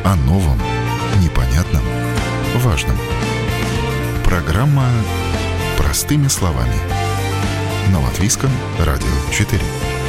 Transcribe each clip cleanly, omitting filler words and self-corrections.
О новом, непонятном, важном. Программа «Простыми словами» на Латвийском радио 4.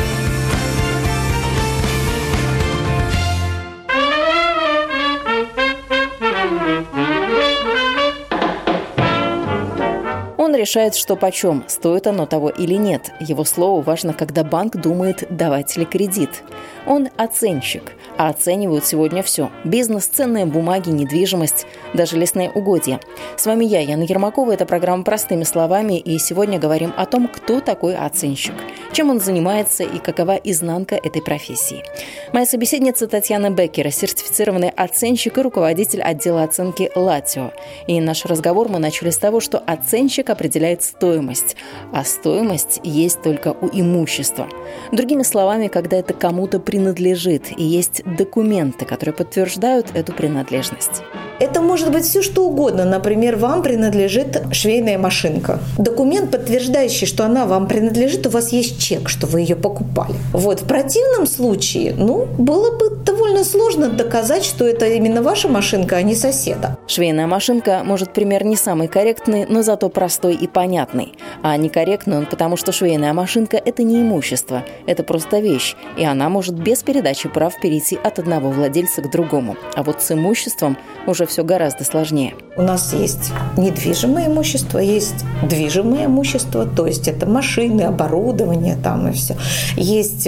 Он решает, что почем, стоит оно того или нет. Его слово важно, когда банк думает, давать ли кредит. Он оценщик, а оценивают сегодня все. Бизнес, ценные бумаги, недвижимость, даже лесные угодья. С вами я, Яна Ермакова, это программа «Простыми словами», и сегодня говорим о том, кто такой оценщик, чем он занимается и какова изнанка этой профессии. Моя собеседница Татьяна Беккер, сертифицированный оценщик и руководитель отдела оценки «Латио». И наш разговор мы начали с того, что оценщик определяет стоимость, а стоимость есть только у имущества. Другими словами, когда это кому-то принадлежит, и есть документы, которые подтверждают эту принадлежность. Это может быть все, что угодно. Например, вам принадлежит швейная машинка. Документ, подтверждающий, что она вам принадлежит, у вас есть чек, что вы ее покупали. Вот. В противном случае, было бы довольно сложно доказать, что это именно ваша машинка, а не соседа. Швейная машинка, может, пример не самый корректный, но зато простой и понятный. А некорректный он, потому что швейная машинка – это не имущество, это просто вещь, и она может без передачи прав перейти от одного владельца к другому. А вот с имуществом уже все гораздо сложнее. У нас есть недвижимое имущество, есть движимое имущество, то есть это машины, оборудование там и все. Есть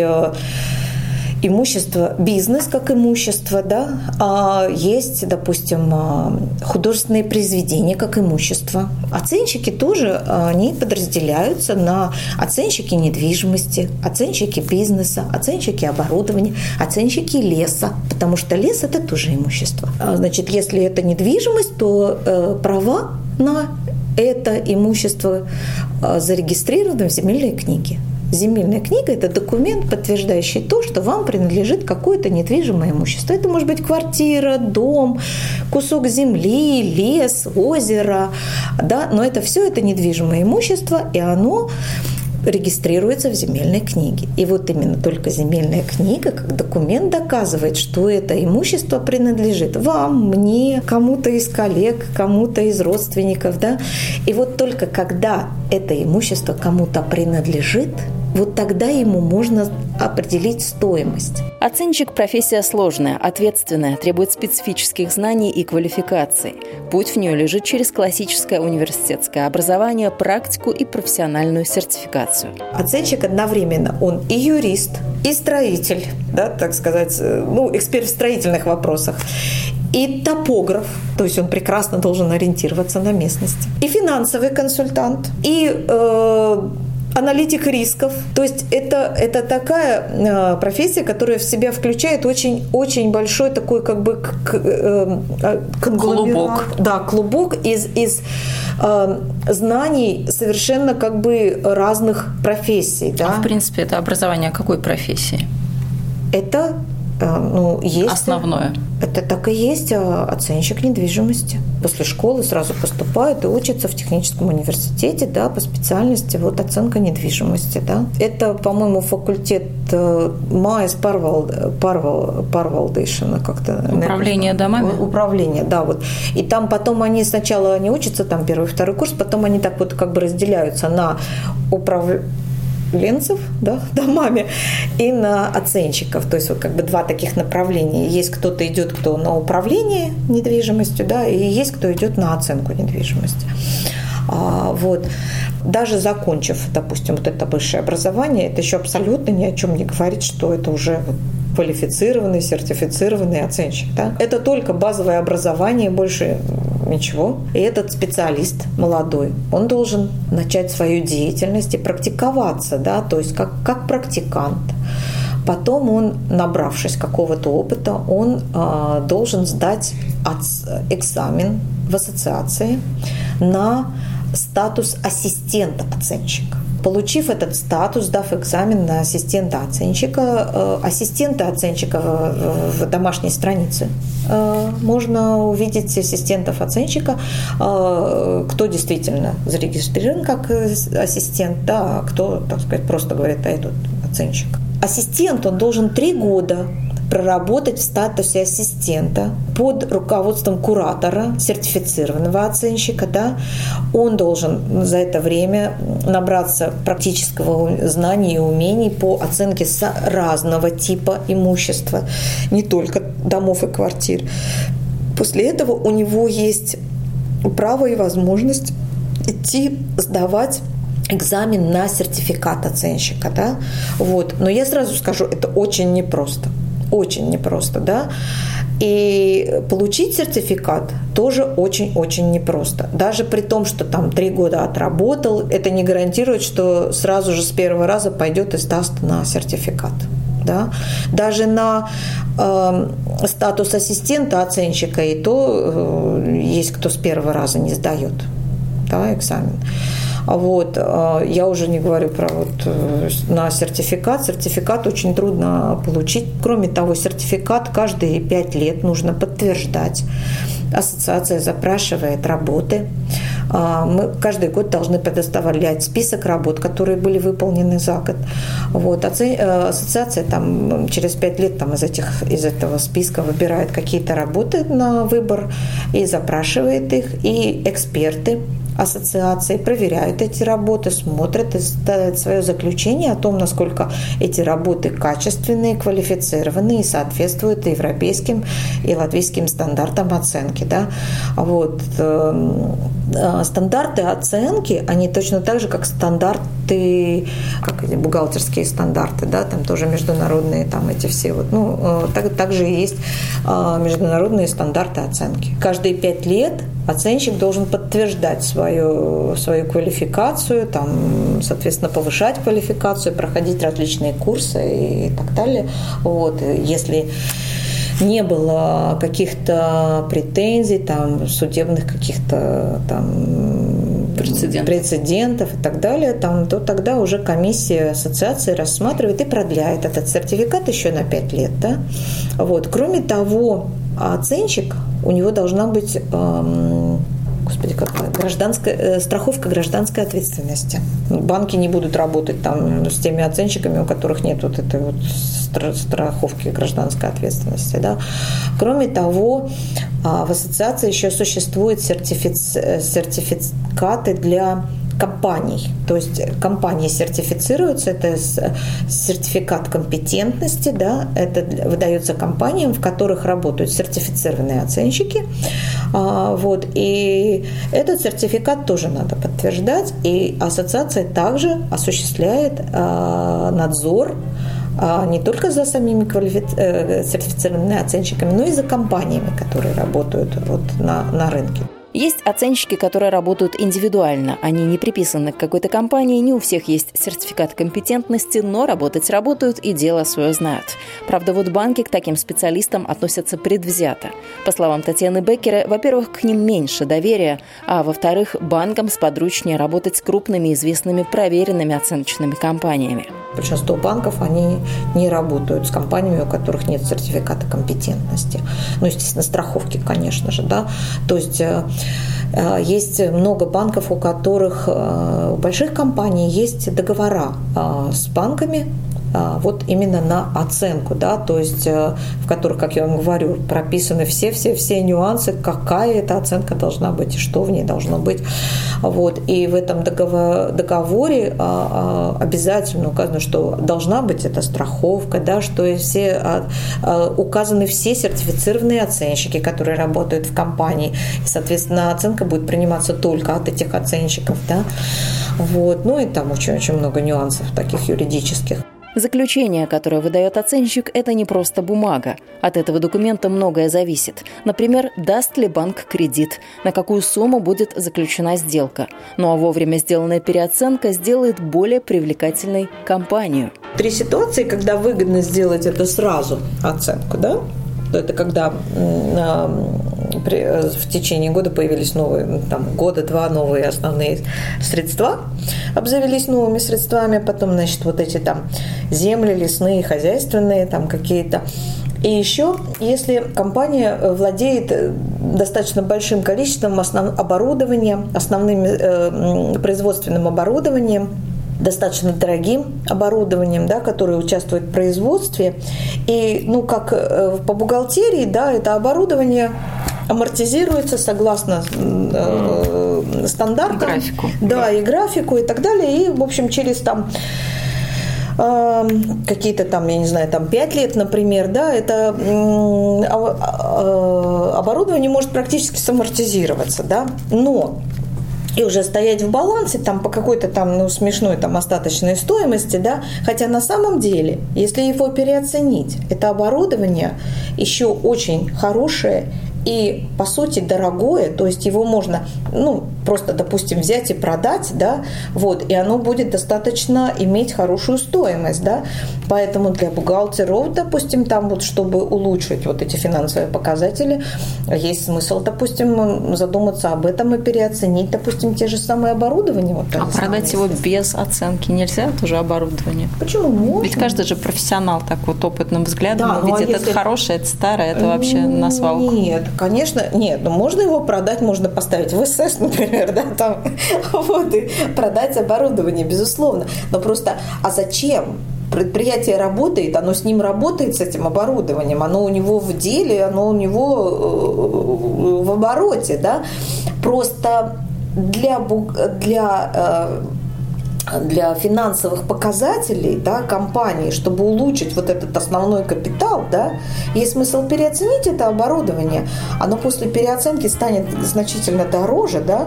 имущество, бизнес как имущество, да, а есть, допустим, художественные произведения как имущество. Оценщики тоже, они подразделяются на оценщики недвижимости, оценщики бизнеса, оценщики оборудования, оценщики леса, потому что лес – это тоже имущество. Значит, если это недвижимость, то права на это имущество зарегистрированы в земельной книге. Земельная книга – это документ, подтверждающий то, что вам принадлежит какое-то недвижимое имущество. Это может быть квартира, дом, кусок земли, лес, озеро, да, но это все это недвижимое имущество, и оно регистрируется в земельной книге. И вот именно только земельная книга, как документ, доказывает, что это имущество принадлежит вам, мне, кому-то из коллег, кому-то из родственников. Да? И вот только когда это имущество кому-то принадлежит, вот тогда ему можно определить стоимость. Оценщик – профессия сложная, ответственная, требует специфических знаний и квалификаций. Путь в нее лежит через классическое университетское образование, практику и профессиональную сертификацию. Оценщик одновременно, он и юрист, и строитель, да, так сказать, эксперт в строительных вопросах, и топограф, то есть он прекрасно должен ориентироваться на местности, и финансовый консультант, и аналитик рисков. То есть это такая профессия, которая в себя включает очень большой такой клубок. Да, клубок из знаний совершенно разных профессий. Да? А в принципе это образование какой профессии? Это есть основное. Это так и есть оценщик недвижимости. После школы сразу поступают и учатся в техническом университете, да, по специальности оценка недвижимости. Да. Это, по-моему, факультет Майс Парвалдейшина как-то. Управление домами? Управление, да. Вот. И там потом они сначала не учатся, там первый, второй курс, потом они так разделяются на управленцев, да, домами и на оценщиков. То есть два таких направления. Есть кто-то идет, кто на управление недвижимостью, да, и есть кто идет на оценку недвижимости. Вот. Даже закончив, допустим, это высшее образование, это еще абсолютно ни о чем не говорит, что это уже квалифицированный, сертифицированный оценщик. Да? Это только базовое образование, больше ничего. И этот специалист молодой, он должен начать свою деятельность и практиковаться, да? То есть как практикант. Потом он, набравшись какого-то опыта, он должен сдать экзамен в ассоциации на статус ассистента-оценщика. Получив этот статус, сдав экзамен на ассистента-оценщика, в домашней странице можно увидеть ассистентов-оценщика, кто действительно зарегистрирован как ассистент, да, а кто, так сказать, просто говорит, а этот оценщик. Ассистент, он должен 3 года проработать в статусе ассистента под руководством куратора, сертифицированного оценщика. Да? Он должен за это время набраться практического знания и умений по оценке разного типа имущества, не только домов и квартир. После этого у него есть право и возможность идти сдавать экзамен на сертификат оценщика. Да? Вот. Но я сразу скажу, это очень непросто. Очень непросто, да. И получить сертификат тоже очень-очень непросто. Даже при том, что там 3 года отработал, это не гарантирует, что сразу же с первого раза пойдет и сдаст на сертификат. Да? Даже на статус ассистента оценщика и то есть кто с первого раза не сдает, да, экзамен. Вот. Я уже не говорю про на сертификат. Сертификат очень трудно получить. Кроме того, сертификат каждые 5 лет нужно подтверждать. Ассоциация запрашивает работы. Мы каждый год должны предоставлять список работ, которые были выполнены за год. Вот. Ассоциация там, через 5 лет там, из этого списка выбирает какие-то работы на выбор и запрашивает их. И эксперты ассоциации проверяют эти работы, смотрят и ставят свое заключение о том, насколько эти работы качественные, квалифицированные и соответствуют европейским и латвийским стандартам оценки. Да? Вот. Стандарты оценки, они точно так же, как стандарты, как эти бухгалтерские стандарты, да? Там тоже международные там эти все. Вот. Ну, также есть международные стандарты оценки. Каждые 5 лет оценщик должен подтверждать свою квалификацию, там, соответственно, повышать квалификацию, проходить различные курсы и так далее. Вот. Если не было каких-то претензий, там, судебных каких-то там прецедентов и так далее, там, то тогда уже комиссия ассоциации рассматривает и продляет этот сертификат еще на 5 лет. Да? Вот. Кроме того, оценщик, у него должна быть страховка гражданской ответственности. Банки не будут работать там с теми оценщиками, у которых нет вот этой вот страховки гражданской ответственности. Да. Кроме того, в ассоциации еще существуют сертификаты для компаний. То есть компании сертифицируются, это сертификат компетентности, да, это выдается компаниям, в которых работают сертифицированные оценщики. Вот, и этот сертификат тоже надо подтверждать, и ассоциация также осуществляет надзор не только за самими сертифицированными оценщиками, но и за компаниями, которые работают вот на рынке. Есть оценщики, которые работают индивидуально. Они не приписаны к какой-то компании, не у всех есть сертификат компетентности, но работают и дело свое знают. Правда, вот банки к таким специалистам относятся предвзято. По словам Татьяны Беккера, во-первых, к ним меньше доверия, а во-вторых, банкам сподручнее работать с крупными, известными, проверенными оценочными компаниями. Большинство банков, они не работают с компаниями, у которых нет сертификата компетентности. Ну, естественно, страховки, конечно же, да. То есть есть много банков, у которых, у больших компаний есть договора с банками, вот именно на оценку, да, то есть в которых, как я вам говорю, прописаны все нюансы, какая эта оценка должна быть и что в ней должно быть. Вот. И в этом договоре обязательно указано, что должна быть эта страховка, да, что указаны все сертифицированные оценщики, которые работают в компании. И, соответственно, оценка будет приниматься только от этих оценщиков. Да. Вот. Ну и там очень много нюансов таких юридических. Заключение, которое выдает оценщик, это не просто бумага. От этого документа многое зависит. Например, даст ли банк кредит, на какую сумму будет заключена сделка. Ну а вовремя сделанная переоценка сделает более привлекательной компанию. 3 ситуации, когда выгодно сделать это сразу, оценку, да? Это когда в течение года появились новые, там, года-два новые основные средства, обзавелись новыми средствами, потом, значит, вот эти там земли, лесные, хозяйственные, там какие-то. И еще, если компания владеет достаточно большим количеством оборудования, основным производственным оборудованием, достаточно дорогим оборудованием, да, которое участвует в производстве. И, как по бухгалтерии, да, это оборудование амортизируется согласно стандартам. Графику. Да, и графику, и так далее. И, в общем, через какие-то 5 лет, например, да, это оборудование может практически самортизироваться, да, но и уже стоять в балансе по какой-то смешной остаточной стоимости, да, хотя на самом деле, если его переоценить, это оборудование еще очень хорошее и, по сути, дорогое, то есть его можно, просто, допустим, взять и продать, да, и оно будет достаточно иметь хорошую стоимость, да, поэтому для бухгалтеров, допустим, чтобы улучшить эти финансовые показатели, есть смысл, допустим, задуматься об этом и переоценить, допустим, те же самые оборудования. Продать его без оценки нельзя, тоже оборудование? Почему? Можно. Ведь каждый же профессионал опытным взглядом видит, это хорошее, это старое, это вообще на свалку. Нет, конечно, нет, можно его продать, можно поставить в СС, например, да, и продать оборудование, безусловно. Но просто, а зачем? Предприятие работает, оно с ним работает, с этим оборудованием, оно у него в деле, оно у него в обороте, да. Просто для финансовых показателей, да, компании, чтобы улучшить этот основной капитал, да, есть смысл переоценить это оборудование. Оно после переоценки станет значительно дороже, да,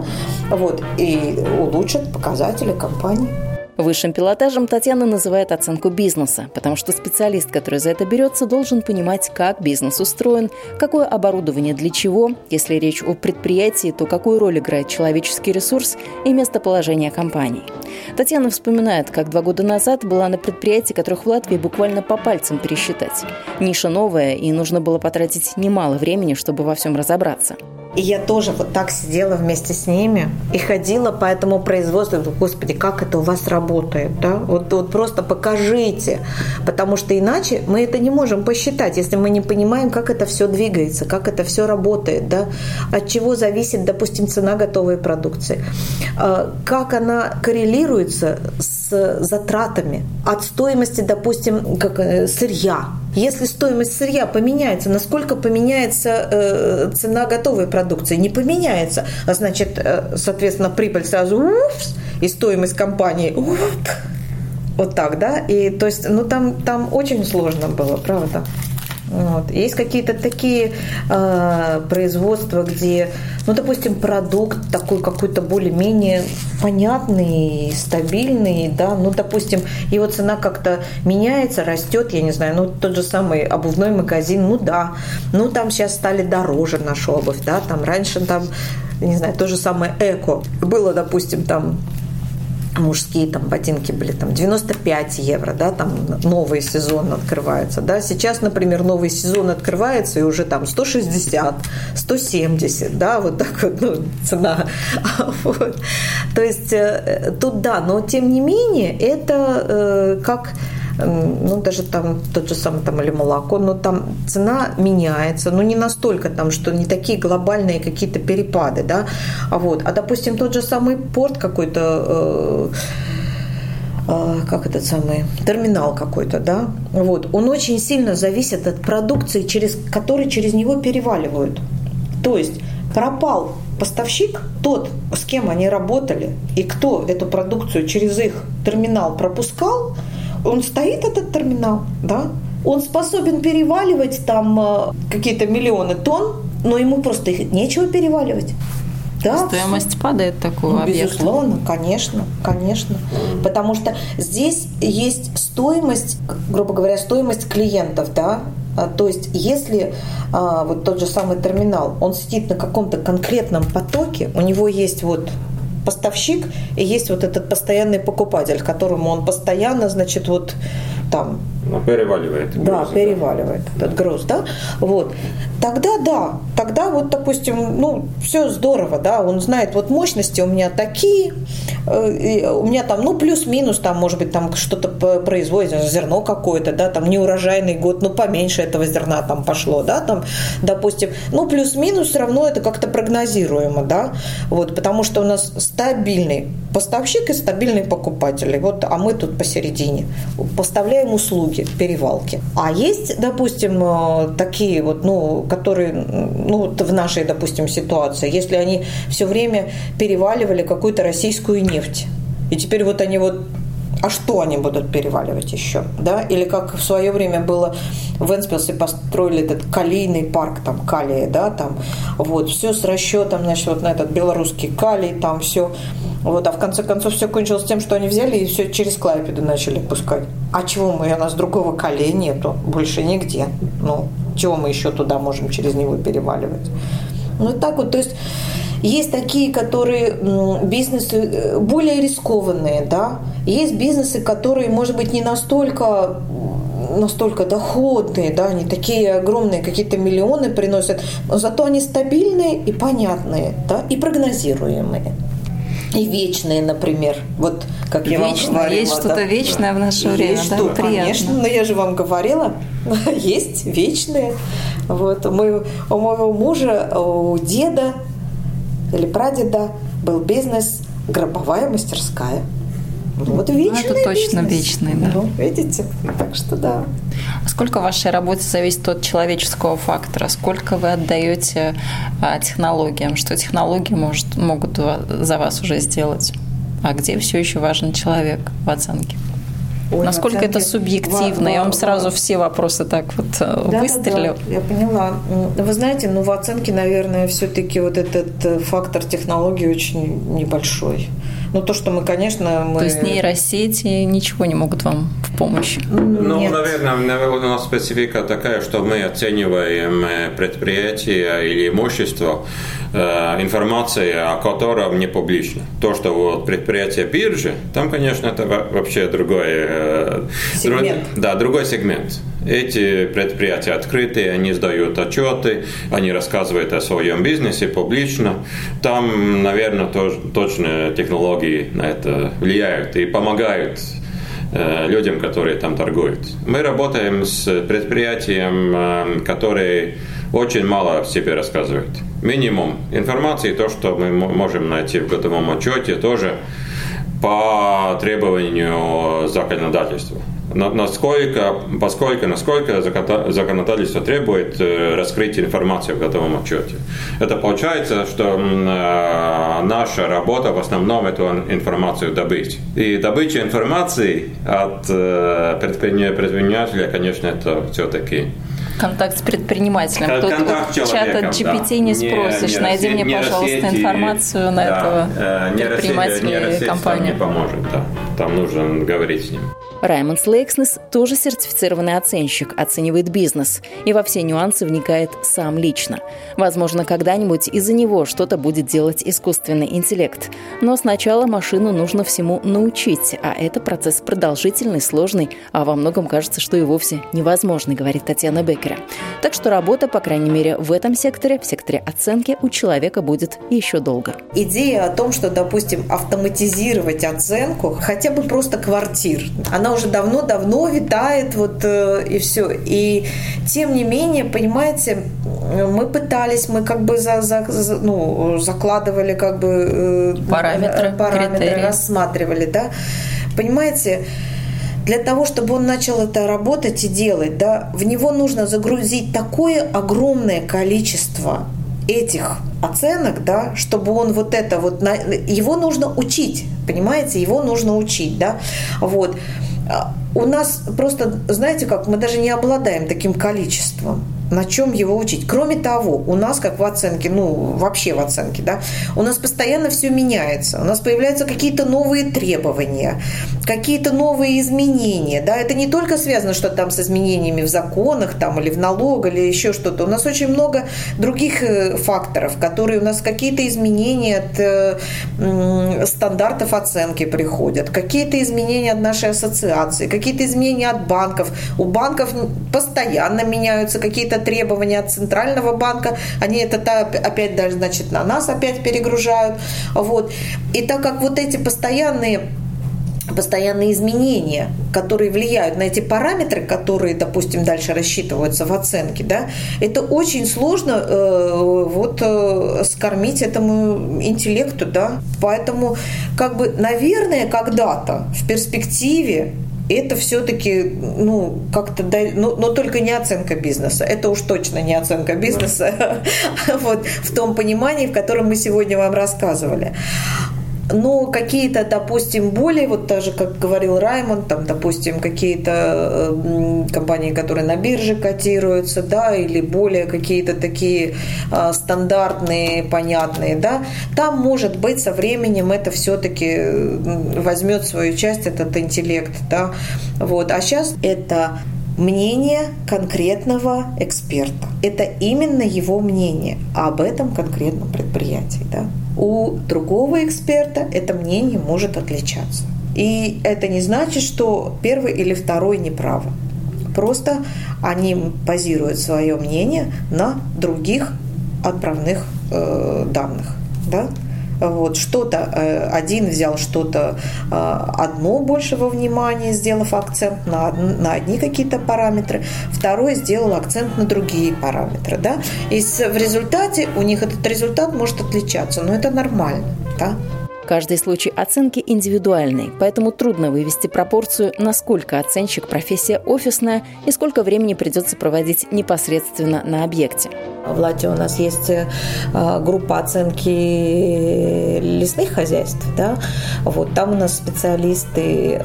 и улучшит показатели компании. Высшим пилотажем Татьяна называет оценку бизнеса, потому что специалист, который за это берется, должен понимать, как бизнес устроен, какое оборудование для чего. Если речь о предприятии, то какую роль играет человеческий ресурс и местоположение компании. Татьяна вспоминает, как 2 года назад была на предприятии, которых в Латвии буквально по пальцам пересчитать. Ниша новая, и нужно было потратить немало времени, чтобы во всем разобраться. И я тоже так сидела вместе с ними и ходила по этому производству. Господи, как это у вас работает, да? Вот просто покажите, потому что иначе мы это не можем посчитать, если мы не понимаем, как это все двигается, как это все работает, да? От чего зависит, допустим, цена готовой продукции, как она коррелируется с затратами, от стоимости, допустим, сырья. Если стоимость сырья поменяется, насколько поменяется цена готовой продукции? Не поменяется. А значит, соответственно, прибыль сразу и стоимость компании вот так, да? И то есть, там очень сложно было, правда. Есть какие-то такие производства, где, допустим, продукт такой какой-то более-менее понятный, стабильный, да, допустим, его цена как-то меняется, растет, я не знаю, тот же самый обувной магазин, да, там сейчас стали дороже наша обувь, да, раньше не знаю, то же самое эко, было, допустим, мужские ботинки были 95 евро, да, новый сезон открывается, да, сейчас, например, новый сезон открывается и уже 160, 170, да, цена, то есть тут да, но тем не менее это как даже тот же самый или молоко, но цена меняется, не настолько что не такие глобальные какие-то перепады, да, а допустим, тот же самый порт какой-то, терминал какой-то, да, он очень сильно зависит от продукции, который через него переваливают, то есть пропал поставщик, тот, с кем они работали, и кто эту продукцию через их терминал пропускал, он стоит, этот терминал, да, он способен переваливать какие-то миллионы тонн, но ему просто их нечего переваливать. Да, стоимость падает такого объекта. Безусловно, конечно. Потому что здесь есть стоимость, грубо говоря, стоимость клиентов, да. То есть, если тот же самый терминал, он сидит на каком-то конкретном потоке, у него есть поставщик и есть этот постоянный покупатель, которому он постоянно, Переваливает. Да, переваливает этот груз, да. Вот. Тогда вот, допустим, все здорово, да, он знает, вот мощности у меня такие, у меня там, плюс-минус, там, может быть, там что-то производится, зерно какое-то, да, там неурожайный год, поменьше этого зерна там пошло, да, там, допустим, плюс-минус все равно это как-то прогнозируемо, да, вот, потому что у нас стабильный поставщик и стабильные покупатели, вот, а мы тут посередине поставляем услуги перевалки. А есть, допустим, такие вот, которые, в нашей, допустим, ситуации, если они все время переваливали какую-то российскую нефть, и теперь вот они а что они будут переваливать еще, да? Или как в свое время было в Энспилсе построили этот калийный парк, там, калия, да, там, вот, все с расчетом, значит, вот на этот белорусский калий, там все, вот, а в конце концов все кончилось тем, что они взяли и все через Клайпеду начали пускать. А чего у нас другого калия нету, больше нигде, чего мы еще туда можем через него переваливать? Так вот, то есть есть такие, которые бизнесы более рискованные, да, есть бизнесы, которые, может быть, не настолько доходные, да, не такие огромные, какие-то миллионы приносят, но зато они стабильные и понятные, да, и прогнозируемые. И вечные, например. Вот как я вам говорила. Есть что-то вечное в наше время. Есть что, конечно. Но я же вам говорила, есть вечные. Вот. У моего мужа, у деда или прадеда был бизнес «Гробовая мастерская». Вот вечный это точно бизнес. Вечный, да. Видите? Так что да. А сколько в вашей работе зависит от человеческого фактора? Сколько вы отдаете технологиям? Что технологии могут за вас уже сделать? А где все еще важен человек в оценке? Насколько это субъективно? Я вам сразу все вопросы так выстрелю. Да, я поняла. Вы знаете, в оценке, наверное, все-таки вот этот фактор технологии очень небольшой. То, что мы, конечно... То есть нейросети ничего не могут вам в помощь? Нет. Наверное, у нас специфика такая, что мы оцениваем предприятие или имущество, информация о котором не публична. То, что предприятие биржи, там, конечно, это вообще другой сегмент. Другой сегмент. Эти предприятия открытые, они сдают отчеты, они рассказывают о своем бизнесе публично. Там, наверное, точно технологии на это влияют и помогают людям, которые там торгуют. Мы работаем с предприятием, которые очень мало о себе рассказывают. Минимум информации, то, что мы можем найти в годовом отчете, тоже по требованию законодательства. Насколько законодательство требует раскрыть информацию в годовом отчете. Это получается, что наша работа в основном эту информацию добыть. И добыча информации от предпринимателя, конечно, это все-таки контакт с предпринимателем. Тут чата GPT не спросишь. Найди мне, пожалуйста, информацию на этого предпринимателя или компанию. Не поможет, да. Там нужно говорить с ним. Раймонд Лейкснес тоже сертифицированный оценщик, оценивает бизнес и во все нюансы вникает сам лично. Возможно, когда-нибудь из-за него что-то будет делать искусственный интеллект. Но сначала машину нужно всему научить, а это процесс продолжительный, сложный, а во многом кажется, что и вовсе невозможный, говорит Татьяна Беккера. Так что работа, по крайней мере, в этом секторе, в секторе оценки, у человека будет еще долго. Идея о том, что, допустим, автоматизировать оценку хотя бы просто квартир, она уже давно-давно витает, и все. И тем не менее, понимаете, мы пытались, мы как бы закладывали как бы параметры, рассматривали, да. Понимаете, для того, чтобы он начал это работать и делать, да, в него нужно загрузить такое огромное количество этих оценок, да, чтобы он его нужно учить, понимаете, его нужно учить, да, вот. У нас просто, знаете как, мы даже не обладаем таким количеством. на чем его учить. Кроме того, у нас, как в оценке, вообще в оценке, да, у нас постоянно все меняется. У нас появляются какие-то новые требования, какие-то новые изменения. Да. Это не только связано что-то там с изменениями в законах там, или в налогах, или еще что-то. У нас очень много других факторов, которые у нас какие-то изменения от стандартов оценки приходят, какие-то изменения от нашей ассоциации, какие-то изменения от банков. У банков постоянно меняются какие-то требования от Центрального банка, они это опять даже, значит, на нас опять перегружают. Вот. И так как вот эти постоянные изменения, которые влияют на эти параметры, которые, допустим, дальше рассчитываются в оценке, да, это очень сложно скормить этому интеллекту, да. Поэтому, наверное, когда-то в перспективе это все-таки, но только не оценка бизнеса. Это уж точно не оценка бизнеса, в том понимании, в котором мы сегодня вам рассказывали. Но какие-то, допустим, более, даже как говорил Раймонд, там, допустим, какие-то компании, которые на бирже котируются, да, или более какие-то такие стандартные, понятные, да, там, может быть, со временем это все-таки возьмет свою часть, этот интеллект, да, вот. А сейчас это мнение конкретного эксперта. Это именно его мнение об этом конкретном предприятии, да. У другого эксперта это мнение может отличаться. И это не значит, что первый или второй неправы. Просто они базируют свое мнение на других отправных данных, да. Вот, что-то один взял что-то одно больше во внимание, сделав акцент на одни какие-то параметры, второй сделал акцент на другие параметры, да? И в результате у них этот результат может отличаться, но это нормально, да? Каждый случай оценки индивидуальный, поэтому трудно вывести пропорцию, насколько оценщик профессия офисная и сколько времени придется проводить непосредственно на объекте. В Лате у нас есть группа оценки лесных хозяйств, да? Вот, там у нас специалисты,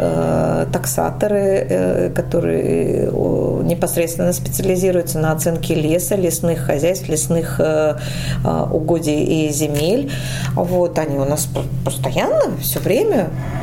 таксаторы, которые непосредственно специализируются на оценке леса, лесных хозяйств, лесных угодий и земель. Вот, они у нас постоянно, все время,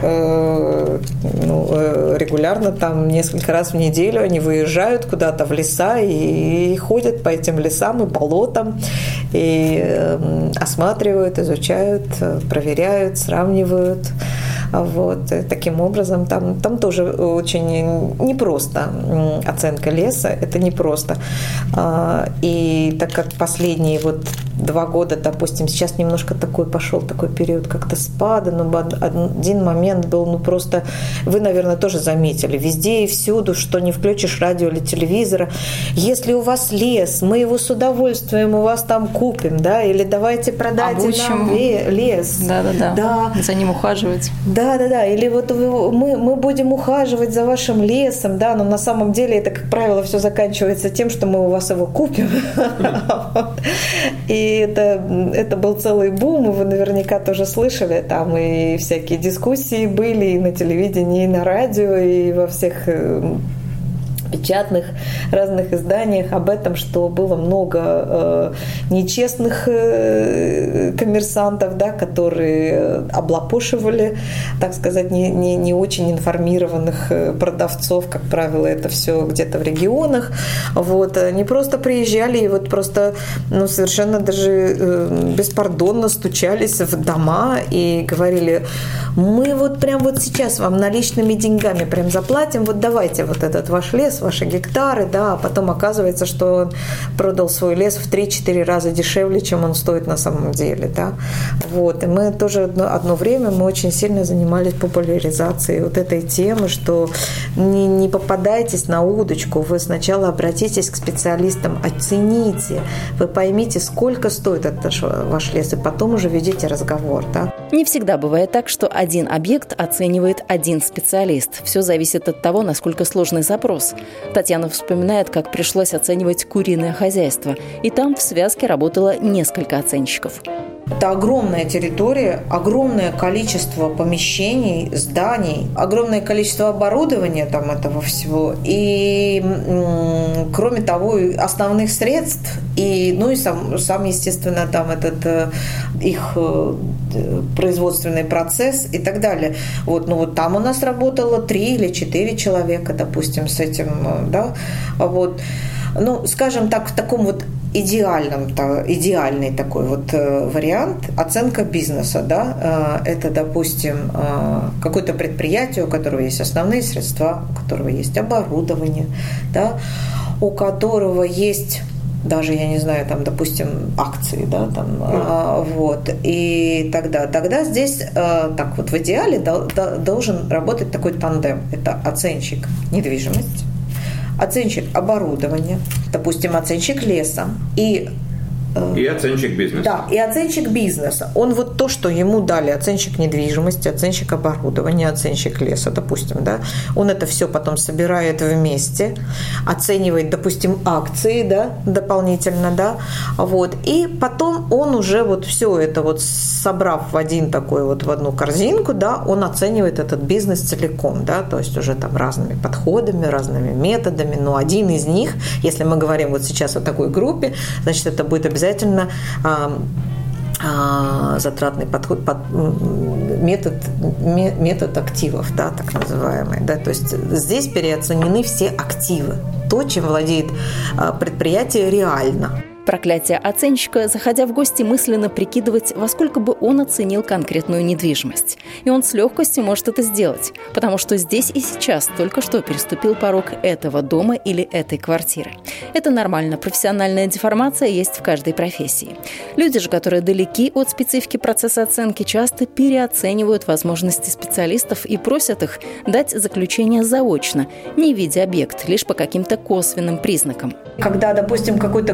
регулярно, там несколько раз в неделю они выезжают куда-то в леса и ходят по этим лесам и болотам, и осматривают, изучают, проверяют, сравнивают. Вот. Таким образом, там тоже очень непросто оценка леса, это непросто. И так как последние 2 года, допустим, сейчас немножко пошел такой период как-то спада, но один момент был, просто, вы, наверное, тоже заметили, везде и всюду, что не включишь радио или телевизора, если у вас лес, мы его с удовольствием у вас там купим, да, или давайте продайте нам лес. Да. За ним ухаживать. Да. Или мы будем ухаживать за вашим лесом, да, но на самом деле это, как правило, все заканчивается тем, что мы у вас его купим. И это был целый бум, и вы наверняка тоже слышали, там и всякие дискуссии были и на телевидении, и на радио, и во всех печатных разных изданиях об этом, что было много нечестных коммерсантов, да, которые облапошивали, так сказать, не очень информированных продавцов, как правило, это все где-то в регионах. Вот. Они просто приезжали и просто совершенно даже беспардонно стучались в дома и говорили: мы прям сейчас вам наличными деньгами прям заплатим, давайте этот ваш лес, ваши гектары, да, а потом оказывается, что он продал свой лес в 3-4 раза дешевле, чем он стоит на самом деле, да. Вот, и мы тоже одно время очень сильно занимались популяризацией этой темы, что не попадайтесь на удочку, вы сначала обратитесь к специалистам, оцените, вы поймите, сколько стоит этот ваш лес, и потом уже ведите разговор, да. Не всегда бывает так, что один объект оценивает один специалист. Все зависит от того, насколько сложный запрос. Татьяна вспоминает, как пришлось оценивать куриное хозяйство. И там в связке работало несколько оценщиков. Это огромная территория, огромное количество помещений, зданий, огромное количество оборудования там этого всего. И, кроме того, основных средств, и сам, естественно, там этот их производственный процесс и так далее. Вот там у нас работало 3 или 4 человека, допустим, с этим, да, вот. Скажем так, в таком вот идеальный такой вот вариант оценка бизнеса, да, это, допустим, какое-то предприятие, у которого есть основные средства, у которого есть оборудование, да, у которого есть даже, я не знаю, там, допустим, акции, да, там, вот, и тогда здесь, так вот, в идеале должен работать такой тандем. Это оценщик недвижимости, оценщик оборудования, допустим, оценщик леса и оценщик бизнеса. Да, и оценщик бизнеса. Он вот то, что ему дали, оценщик недвижимости, оценщик оборудования, оценщик леса, допустим, да, он это все потом собирает вместе, оценивает, допустим, акции, да, дополнительно, да, вот, и потом он уже вот все это вот собрав в одну корзинку, да, он оценивает этот бизнес целиком, да, то есть уже там разными подходами, разными методами, но один из них, если мы говорим вот сейчас о такой группе, значит, это будет обязательно затратный подход, метод активов, да, так называемый, да, то есть здесь переоценены все активы, то, чем владеет предприятие реально. Проклятие оценщика, заходя в гости, мысленно прикидывать, во сколько бы он оценил конкретную недвижимость. И он с легкостью может это сделать, потому что здесь и сейчас только что переступил порог этого дома или этой квартиры. Это нормально, профессиональная деформация есть в каждой профессии. Люди же, которые далеки от специфики процесса оценки, часто переоценивают возможности специалистов и просят их дать заключение заочно, не видя объект, лишь по каким-то косвенным признакам. Когда, допустим, какой-то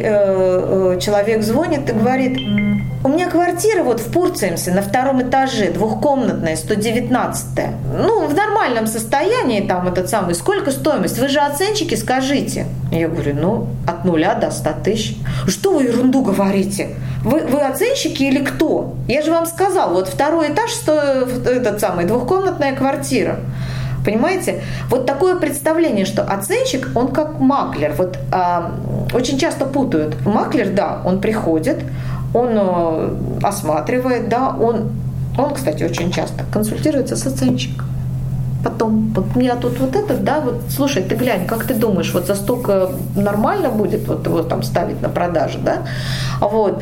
человек звонит и говорит: у меня квартира вот в Пурцемсе на 2 этаже, двухкомнатная, 119-я. В нормальном состоянии там сколько стоимость? Вы же оценщики, скажите. Я говорю, от 0 до 100 тысяч. Что вы ерунду говорите? Вы оценщики или кто? Я же вам сказал, вот 2 этаж, двухкомнатная квартира. Понимаете? Вот такое представление, что оценщик, он как маклер. Вот очень часто путают. Маклер, да, он приходит, он осматривает, да, он, кстати, очень часто консультируется с оценщиком. Потом, вот у меня тут вот этот, да, вот, слушай, ты глянь, как ты думаешь, вот за столько нормально будет вот его там ставить на продажу, да? Вот.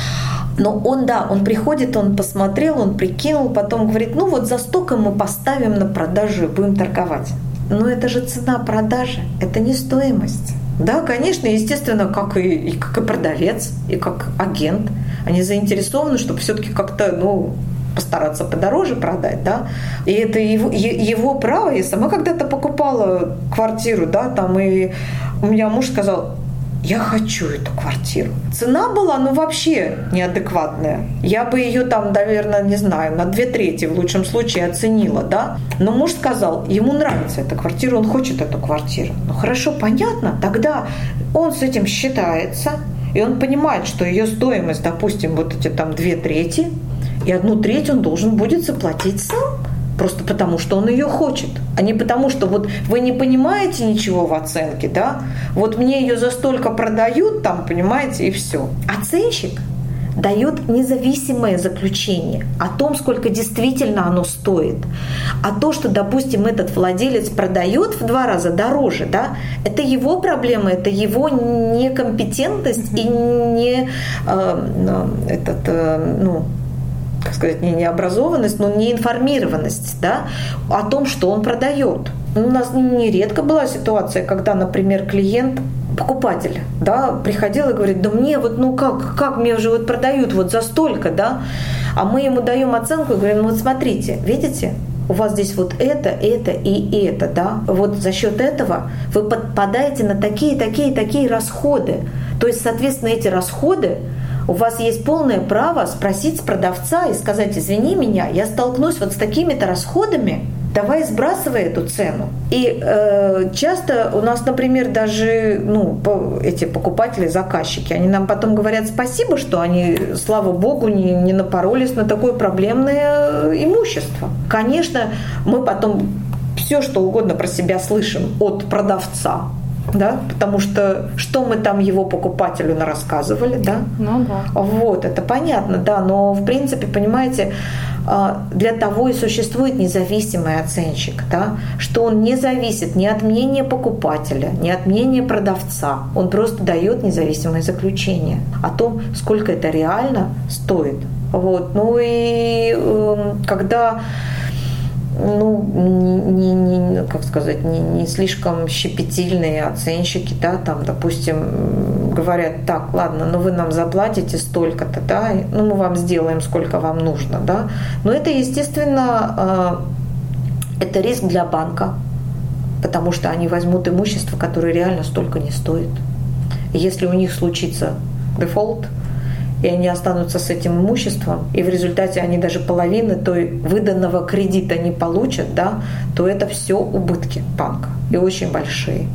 Но он приходит, он посмотрел, он прикинул, потом говорит, за столько мы поставим на продажу и будем торговать. Но это же цена продажи, это не стоимость. Да, конечно, естественно, как и продавец, и как агент, они заинтересованы, чтобы все-таки как-то, постараться подороже продать, да, и это его право. Я сама когда-то покупала квартиру, да, там, и у меня муж сказал: я хочу эту квартиру. Цена была, вообще неадекватная. Я бы ее там, наверное, не знаю, на 2/3 в лучшем случае оценила, да. Но муж сказал, ему нравится эта квартира, он хочет эту квартиру. Хорошо, понятно, тогда он с этим считается, и он понимает, что ее стоимость, допустим, вот эти там 2/3, и 1/3 он должен будет заплатить сам. Просто потому, что он ее хочет, а не потому, что вот вы не понимаете ничего в оценке, да? Вот мне ее за столько продают, там, понимаете, и все. Оценщик дает независимое заключение о том, сколько действительно оно стоит. А то, что, допустим, этот владелец продает в 2 раза дороже, да, это его проблема, это его некомпетентность и не как сказать, не необразованность, но неинформированность, да, о том, что он продает. У нас нередко была ситуация, когда, например, клиент, покупатель, да, приходил и говорит: да мне вот, как мне уже вот продают вот за столько, да, а мы ему даем оценку и говорим: вот смотрите, видите, у вас здесь вот это и это, да, вот за счет этого вы подпадаете на такие расходы. То есть, соответственно, эти расходы у вас есть полное право спросить с продавца и сказать: извини меня, я столкнусь вот с такими-то расходами, давай сбрасывай эту цену. И часто у нас, например, даже эти покупатели, заказчики, они нам потом говорят спасибо, что они, слава богу, не напоролись на такое проблемное имущество. Конечно, мы потом все, что угодно про себя слышим от продавца, да, потому что мы там его покупателю нарассказывали, да? Ну да. Вот, это понятно, да, но в принципе, понимаете, для того и существует независимый оценщик, да, что он не зависит ни от мнения покупателя, ни от мнения продавца, он просто дает независимое заключение о том, сколько это реально стоит. Вот, ну и когда не слишком щепетильные оценщики, да, там, допустим, говорят, так, ладно, вы нам заплатите столько-то, да, мы вам сделаем, сколько вам нужно, да, но это, естественно, это риск для банка, потому что они возьмут имущество, которое реально столько не стоит. И если у них случится дефолт, и они останутся с этим имуществом, и в результате они даже половины той выданного кредита не получат, да, то это все убытки банка, и очень большие.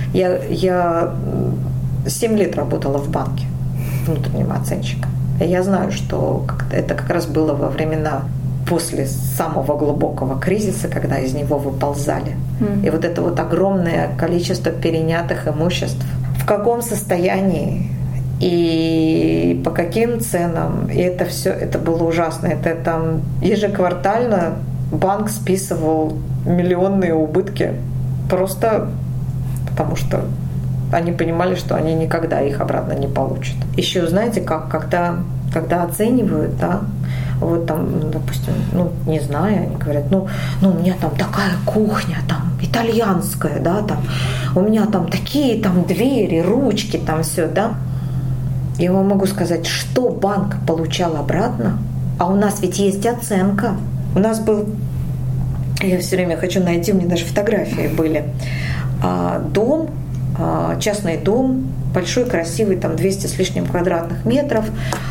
Я 7 лет работала в банке внутренним оценщиком. И я знаю, что это как раз было во времена после самого глубокого кризиса, когда из него выползали. И вот это вот огромное количество перенятых имуществ. В каком состоянии и по каким ценам. И это все, это было ужасно. Это там ежеквартально банк списывал миллионные убытки просто потому что они понимали, что они никогда их обратно не получат. Еще знаете, когда оценивают, да, вот там, допустим, не знаю, они говорят, у меня там такая кухня, там, итальянская, да, там, у меня там такие там двери, ручки, там все, да. Я вам могу сказать, что банк получал обратно, а у нас ведь есть оценка. У нас был, я все время хочу найти, у меня даже фотографии были, дом, частный дом, большой, красивый, там 200 с лишним квадратных метров,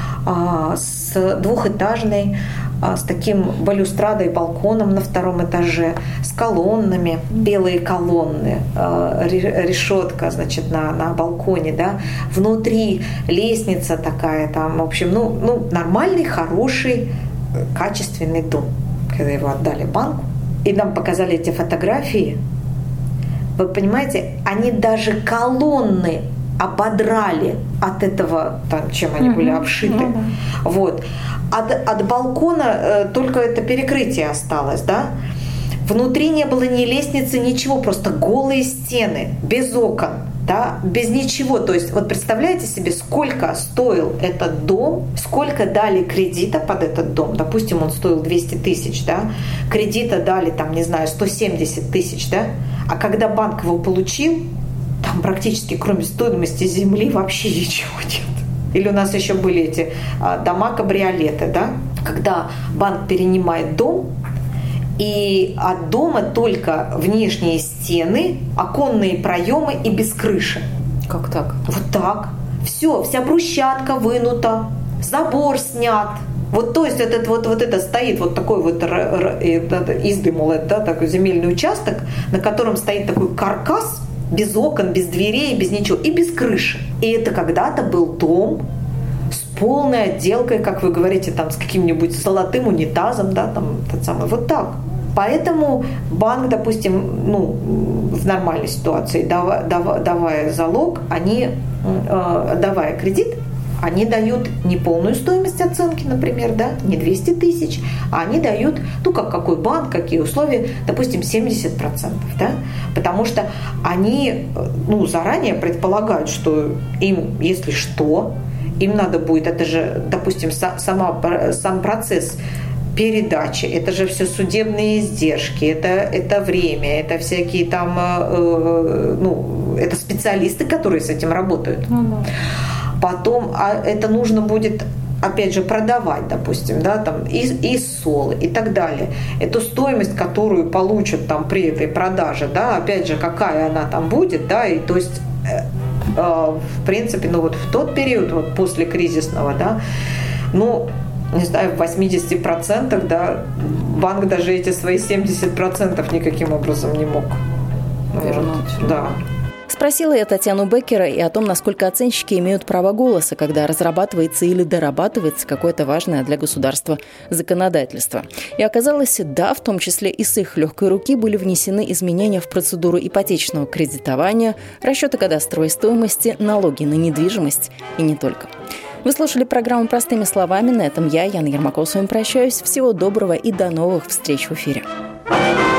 с двухэтажной, с таким балюстрадой, балконом на втором этаже, с колоннами, белые колонны, решетка, значит, на балконе, да, внутри лестница такая, там, в общем, нормальный, хороший, качественный дом. Когда его отдали банку, и нам показали эти фотографии, вы понимаете, они даже колонны ободрали от этого, там, чем они были обшиты. Вот. От балкона только это перекрытие осталось, да? Внутри не было ни лестницы, ничего, просто голые стены, без окон, да, без ничего. То есть вот представляете себе, сколько стоил этот дом, сколько дали кредита под этот дом. Допустим, он стоил 200 тысяч, да, кредита дали, там, не знаю, 170 тысяч, да, а когда банк его получил, там практически кроме стоимости земли вообще ничего нет. Или у нас еще были эти дома-кабриолеты, да, когда банк перенимает дом, и от дома только внешние стены, оконные проемы и без крыши. Как так? Вот так. Все, вся брусчатка вынута, забор снят. Вот, то есть это стоит вот такой вот издымул, да, такой земельный участок, на котором стоит такой каркас, без окон, без дверей, без ничего, и без крыши. И это когда-то был дом с полной отделкой, как вы говорите, там, с каким-нибудь золотым унитазом, да, там, тот самый, вот так. Поэтому банк, допустим, в нормальной ситуации, давая залог, давая кредит, они дают не полную стоимость оценки, например, да, не 200 тысяч, а они дают, как какой банк, какие условия, допустим, 70%, да, потому что они, заранее предполагают, что им, если что, им надо будет, это же, допустим, сам процесс передачи, это же все судебные издержки, это время, это всякие там, это специалисты, которые с этим работают. Потом это нужно будет, опять же, продавать, допустим, да, там, и солы, и так далее. Эту стоимость, которую получат там при этой продаже, да, опять же, какая она там будет, да, и то есть, в принципе, в тот период, после кризисного, да, не знаю, в 80%, да, банк даже эти свои 70% никаким образом не мог вернуть. Да. Спросила я Татьяну Беккера и о том, насколько оценщики имеют право голоса, когда разрабатывается или дорабатывается какое-то важное для государства законодательство. И оказалось, да, в том числе и с их легкой руки были внесены изменения в процедуру ипотечного кредитования, расчеты кадастровой стоимости, налоги на недвижимость и не только. Вы слушали программу «Простыми словами». На этом я, Яна Ермакова, с вами прощаюсь. Всего доброго и до новых встреч в эфире.